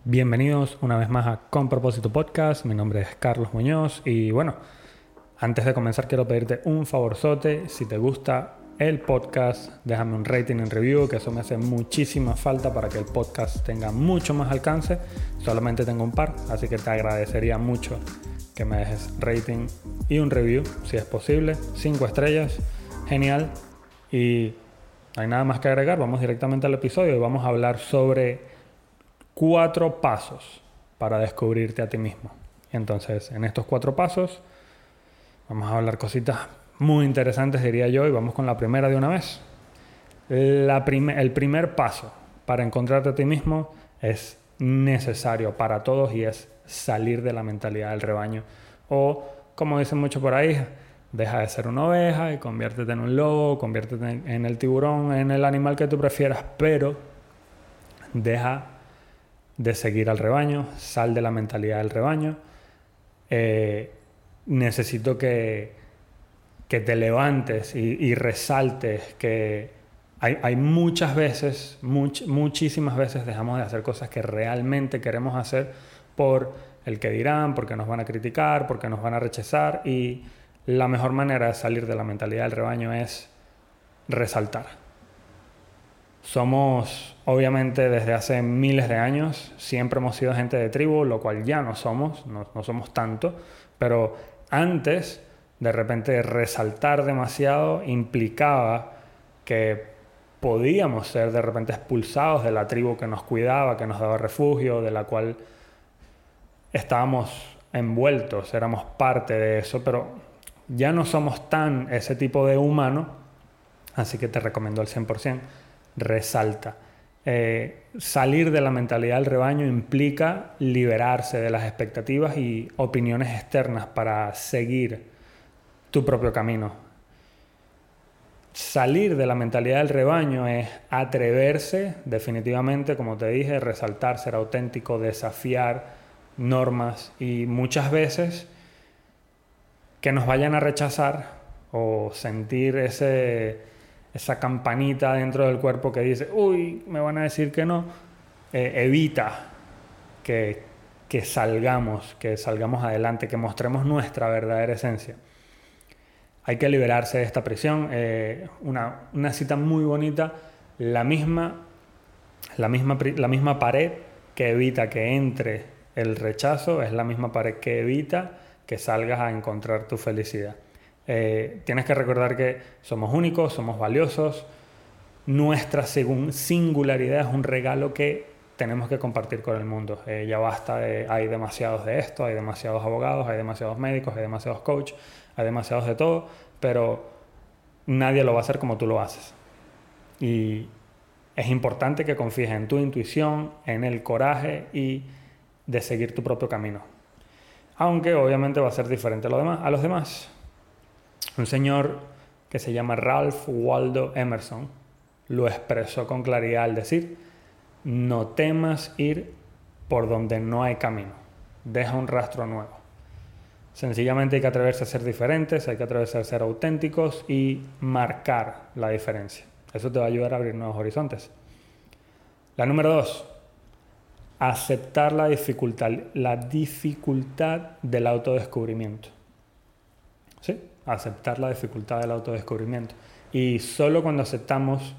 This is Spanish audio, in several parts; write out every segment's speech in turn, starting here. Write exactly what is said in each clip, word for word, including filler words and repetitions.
Bienvenidos una vez más a Con Propósito Podcast. Mi nombre es Carlos Muñoz y bueno, antes de comenzar quiero pedirte un favorzote. Si te gusta el podcast, déjame un rating en review, que eso me hace muchísima falta para que el podcast tenga mucho más alcance. Solamente tengo un par, así que te agradecería mucho que me dejes rating y un review, si es posible. Cinco estrellas, genial. Y no hay nada más que agregar, vamos directamente al episodio y vamos a hablar sobre cuatro pasos para descubrirte a ti mismo. Y entonces, en estos cuatro pasos, vamos a hablar cositas muy interesantes, diría yo, y vamos con la primera de una vez. La prim- el primer paso para encontrarte a ti mismo es necesario para todos y es salir de la mentalidad del rebaño. O, como dicen mucho por ahí, deja de ser una oveja y conviértete en un lobo, conviértete en, en el tiburón, en el animal que tú prefieras, pero deja de seguir al rebaño, sal de la mentalidad del rebaño. Eh, necesito que, que te levantes y, y resaltes que hay, hay muchas veces, much, muchísimas veces dejamos de hacer cosas que realmente queremos hacer por el que dirán, porque nos van a criticar, porque nos van a rechazar, y la mejor manera de salir de la mentalidad del rebaño es resaltar. Somos, obviamente, desde hace miles de años, siempre hemos sido gente de tribu, lo cual ya no somos, no, no somos tanto, pero antes, de repente, resaltar demasiado implicaba que podíamos ser de repente expulsados de la tribu que nos cuidaba, que nos daba refugio, de la cual estábamos envueltos, éramos parte de eso, pero ya no somos tan ese tipo de humano, así que te recomiendo al cien por ciento. Resalta. Eh, salir de la mentalidad del rebaño implica liberarse de las expectativas y opiniones externas para seguir tu propio camino. Salir de la mentalidad del rebaño es atreverse, definitivamente, como te dije, resaltar, ser auténtico, desafiar normas y muchas veces que nos vayan a rechazar o sentir ese... esa campanita dentro del cuerpo que dice, uy, me van a decir que no, eh, evita que, que salgamos, que salgamos adelante, que mostremos nuestra verdadera esencia. Hay que liberarse de esta prisión. Eh, una, una cita muy bonita, la misma, la, misma, la misma pared que evita que entre el rechazo es la misma pared que evita que salgas a encontrar tu felicidad. Eh, tienes que recordar que somos únicos, somos valiosos. Nuestra singularidad es un regalo que tenemos que compartir con el mundo. Eh, ya basta de, hay demasiados de esto, hay demasiados abogados, hay demasiados médicos, hay demasiados coaches, hay demasiados de todo, pero nadie lo va a hacer como tú lo haces. Y es importante que confíes en tu intuición, en el coraje y de seguir tu propio camino. Aunque obviamente va a ser diferente a, lo demás, a los demás. Un señor que se llama Ralph Waldo Emerson lo expresó con claridad al decir: no temas ir por donde no hay camino, deja un rastro nuevo. Sencillamente hay que atreverse a ser diferentes, hay que atreverse a ser auténticos y marcar la diferencia. Eso te va a ayudar a abrir nuevos horizontes. La número dos, aceptar la dificultad, la dificultad del autodescubrimiento. ¿Sí? Aceptar la dificultad del autodescubrimiento. Y solo cuando aceptamos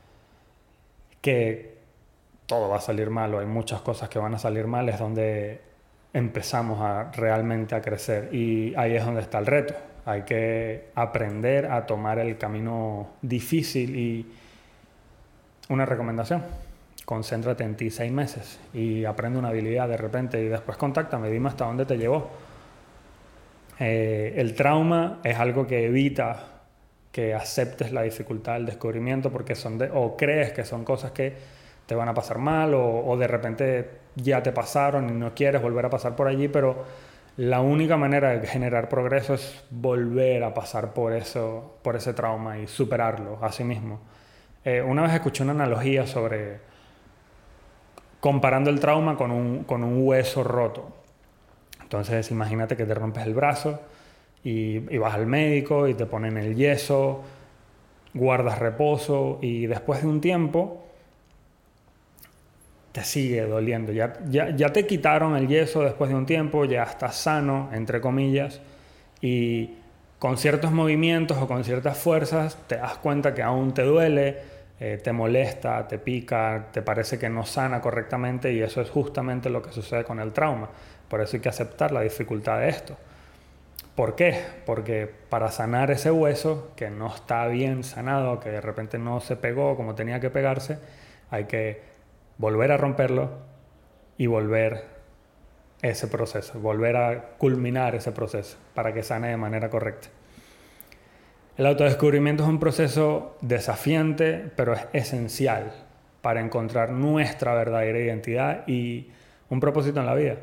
que todo va a salir mal o hay muchas cosas que van a salir mal es donde empezamos a realmente a crecer, y ahí es donde está el reto. Hay que aprender a tomar el camino difícil. Y una recomendación: concéntrate en ti seis meses y aprende una habilidad de repente y después contáctame, dime hasta dónde te llevó. Eh, el trauma es algo que evita que aceptes la dificultad del descubrimiento, porque son de, o crees que son cosas que te van a pasar mal, o, o de repente ya te pasaron y no quieres volver a pasar por allí, pero la única manera de generar progreso es volver a pasar por eso, por ese trauma y superarlo a sí mismo. Eh, una vez escuché una analogía sobre comparando el trauma con un, con un hueso roto. Entonces imagínate que te rompes el brazo y, y vas al médico y te ponen el yeso, guardas reposo y después de un tiempo te sigue doliendo. Ya, ya, ya te quitaron el yeso después de un tiempo, ya estás sano, entre comillas, y con ciertos movimientos o con ciertas fuerzas te das cuenta que aún te duele, eh, te molesta, te pica, te parece que no sana correctamente, y eso es justamente lo que sucede con el trauma. Por eso hay que aceptar la dificultad de esto. ¿Por qué? Porque para sanar ese hueso que no está bien sanado, que de repente no se pegó como tenía que pegarse, hay que volver a romperlo y volver ese proceso, volver a culminar ese proceso para que sane de manera correcta. El autodescubrimiento es un proceso desafiante, pero es esencial para encontrar nuestra verdadera identidad y un propósito en la vida.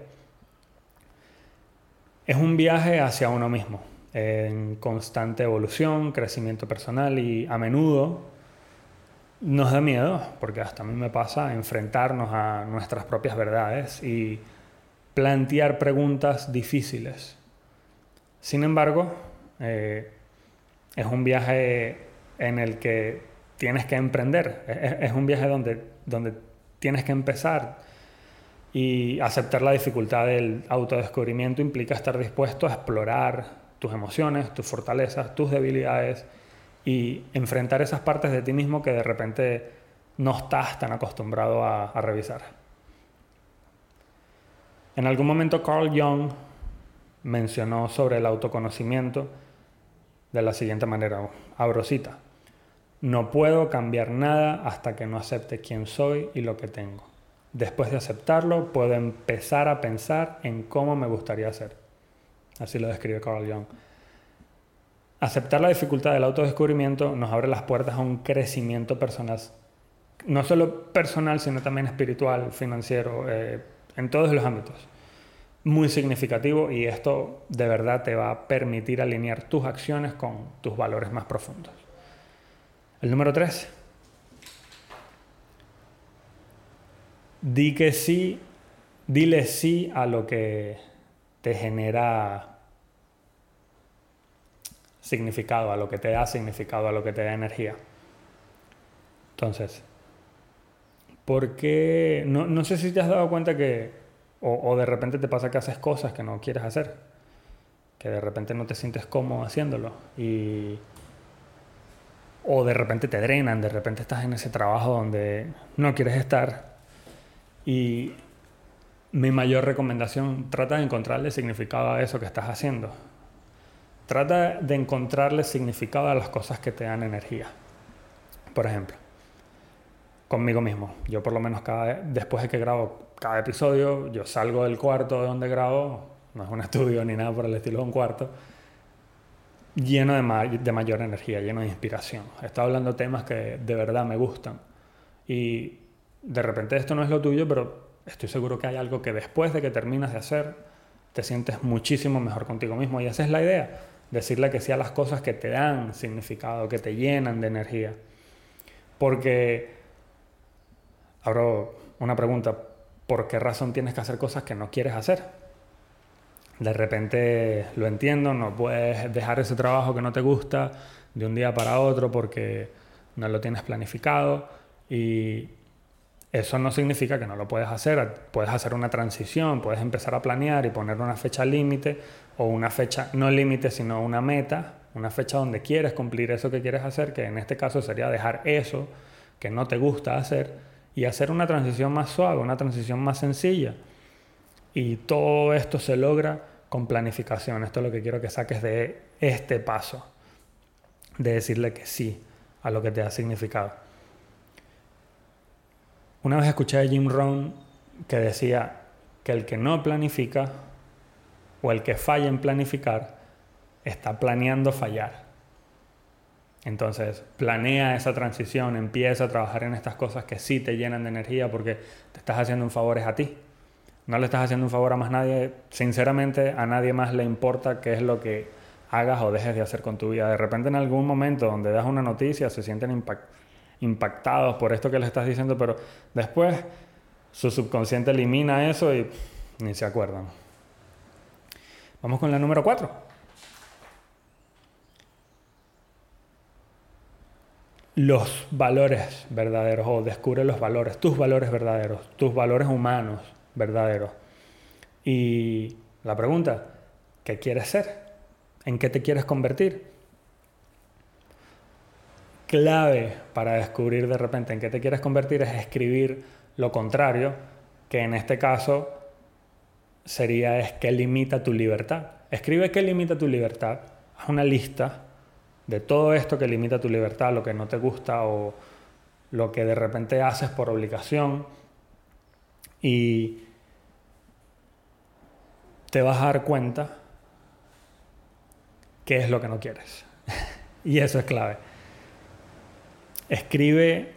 Es un viaje hacia uno mismo, en constante evolución, crecimiento personal, y a menudo nos da miedo, porque hasta a mí me pasa, enfrentarnos a nuestras propias verdades y plantear preguntas difíciles. Sin embargo, eh, es un viaje en el que tienes que emprender, es, es un viaje donde, donde tienes que empezar. Y aceptar la dificultad del autodescubrimiento implica estar dispuesto a explorar tus emociones, tus fortalezas, tus debilidades, y enfrentar esas partes de ti mismo que de repente no estás tan acostumbrado a, a revisar. En algún momento Carl Jung mencionó sobre el autoconocimiento de la siguiente manera, abro cita: no puedo cambiar nada hasta que no acepte quién soy y lo que tengo. Después de aceptarlo, puedo empezar a pensar en cómo me gustaría ser. Así lo describe Carl Jung. Aceptar la dificultad del autodescubrimiento nos abre las puertas a un crecimiento personal, no solo personal, sino también espiritual, financiero, eh, en todos los ámbitos. Muy significativo, y esto de verdad te va a permitir alinear tus acciones con tus valores más profundos. El número tres. Di que sí, dile sí a lo que te genera significado, a lo que te da significado, a lo que te da energía. Entonces, ¿por qué? No, no sé si te has dado cuenta que, o, o de repente te pasa que haces cosas que no quieres hacer, que de repente no te sientes cómodo haciéndolo, y o de repente te drenan, de repente estás en ese trabajo donde no quieres estar. Y mi mayor recomendación, trata de encontrarle significado a eso que estás haciendo. Trata de encontrarle significado a las cosas que te dan energía. Por ejemplo, conmigo mismo. Yo por lo menos cada, después de que grabo cada episodio, yo salgo del cuarto de donde grabo, no es un estudio ni nada por el estilo, es un cuarto, lleno de, ma de mayor energía, lleno de inspiración. He estado hablando de temas que de verdad me gustan. Y de repente esto no es lo tuyo, pero estoy seguro que hay algo que después de que terminas de hacer, te sientes muchísimo mejor contigo mismo. Y esa es la idea, decirle que sí a las cosas que te dan significado, que te llenan de energía. Porque, ahora una pregunta, ¿por qué razón tienes que hacer cosas que no quieres hacer? De repente, lo entiendo, no puedes dejar ese trabajo que no te gusta de un día para otro porque no lo tienes planificado, y eso no significa que no lo puedes hacer. Puedes hacer una transición, puedes empezar a planear y poner una fecha límite, o una fecha, no límite, sino una meta, una fecha donde quieres cumplir eso que quieres hacer, que en este caso sería dejar eso que no te gusta hacer y hacer una transición más suave, una transición más sencilla. Y todo esto se logra con planificación. Esto es lo que quiero que saques de este paso, de decirle que sí a lo que te da significado. Una vez escuché a Jim Rohn que decía que el que no planifica, o el que falla en planificar, está planeando fallar. Entonces, planea esa transición, empieza a trabajar en estas cosas que sí te llenan de energía, porque te estás haciendo un favor es a ti. No le estás haciendo un favor a más nadie. Sinceramente, a nadie más le importa qué es lo que hagas o dejes de hacer con tu vida. De repente, en algún momento donde das una noticia, se sienten impactados impactados por esto que les estás diciendo, pero después su subconsciente elimina eso y ni se acuerdan. Vamos con la número cuatro. los valores verdaderos, o descubre los valores, tus valores verdaderos, tus valores humanos verdaderos. Y la pregunta, ¿qué quieres ser? ¿En qué te quieres convertir? Clave para descubrir de repente en qué te quieres convertir es escribir lo contrario, que en este caso sería es qué limita tu libertad. Escribe qué limita tu libertad, haz una lista de todo esto que limita tu libertad, lo que no te gusta o lo que de repente haces por obligación, y te vas a dar cuenta qué es lo que no quieres. Y eso es clave. Escribe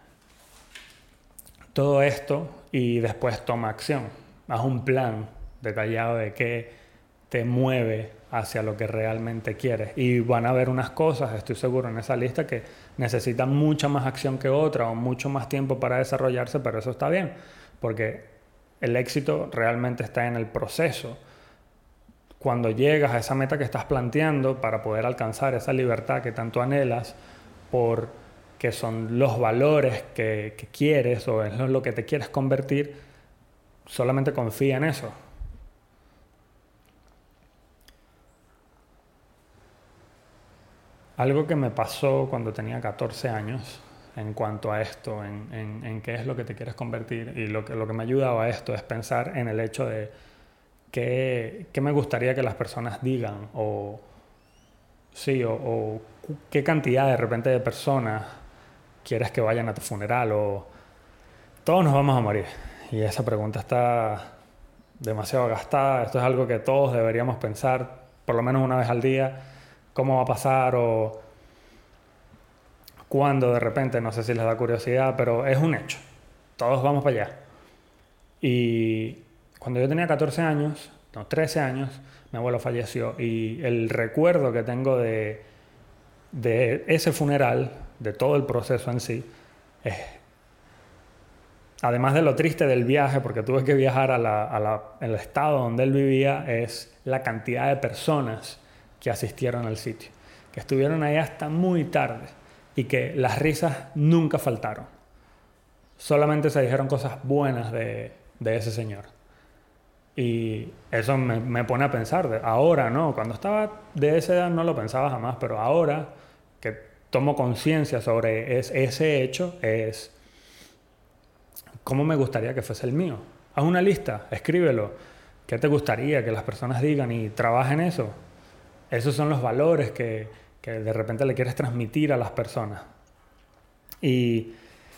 todo esto y después toma acción. Haz un plan detallado de qué te mueve hacia lo que realmente quieres. Y van a haber unas cosas, estoy seguro, en esa lista que necesitan mucha más acción que otra o mucho más tiempo para desarrollarse, pero eso está bien, porque el éxito realmente está en el proceso. Cuando llegas a esa meta que estás planteando para poder alcanzar esa libertad que tanto anhelas, porque son los valores que, que quieres o es lo que te quieres convertir, solamente confía en eso. Algo que me pasó cuando tenía catorce años en cuanto a esto, en, en, en qué es lo que te quieres convertir, y lo que, lo que me ha ayudado a esto es pensar en el hecho de qué, qué me gustaría que las personas digan, o sí, o, o qué cantidad de repente de personas quieres que vayan a tu funeral, o todos nos vamos a morir. Y esa pregunta está demasiado gastada. Esto es algo que todos deberíamos pensar por lo menos una vez al día. ¿Cómo va a pasar? O cuándo de repente, no sé si les da curiosidad, pero es un hecho. Todos vamos para allá. Y cuando yo tenía catorce años, no, trece años, mi abuelo falleció. Y el recuerdo que tengo de, de ese funeral, de todo el proceso en sí, es, además de lo triste del viaje, porque tuve que viajar a la, a la, al estado donde él vivía, es la cantidad de personas que asistieron al sitio, que estuvieron ahí hasta muy tarde y que las risas nunca faltaron. Solamente se dijeron cosas buenas de, de ese señor. Y eso me, me pone a pensar, de, ahora, ¿no? Cuando estaba de esa edad no lo pensaba jamás, pero ahora que tomo conciencia sobre es, ese hecho, es cómo me gustaría que fuese el mío. Haz una lista, escríbelo. ¿Qué te gustaría que las personas digan? Y trabaja en eso. Esos son los valores que, que de repente le quieres transmitir a las personas. Y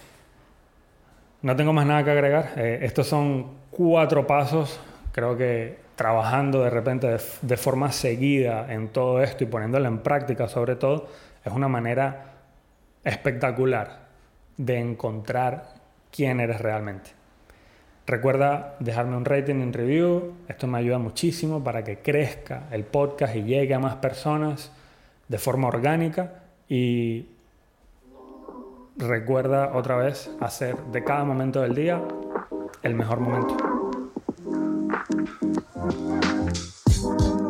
no tengo más nada que agregar. Eh, estos son cuatro pasos. Creo que trabajando de repente de, de forma seguida en todo esto y poniéndolo en práctica sobre todo, es una manera espectacular de encontrar quién eres realmente. Recuerda dejarme un rating y un review. Esto me ayuda muchísimo para que crezca el podcast y llegue a más personas de forma orgánica. Y recuerda otra vez hacer de cada momento del día el mejor momento.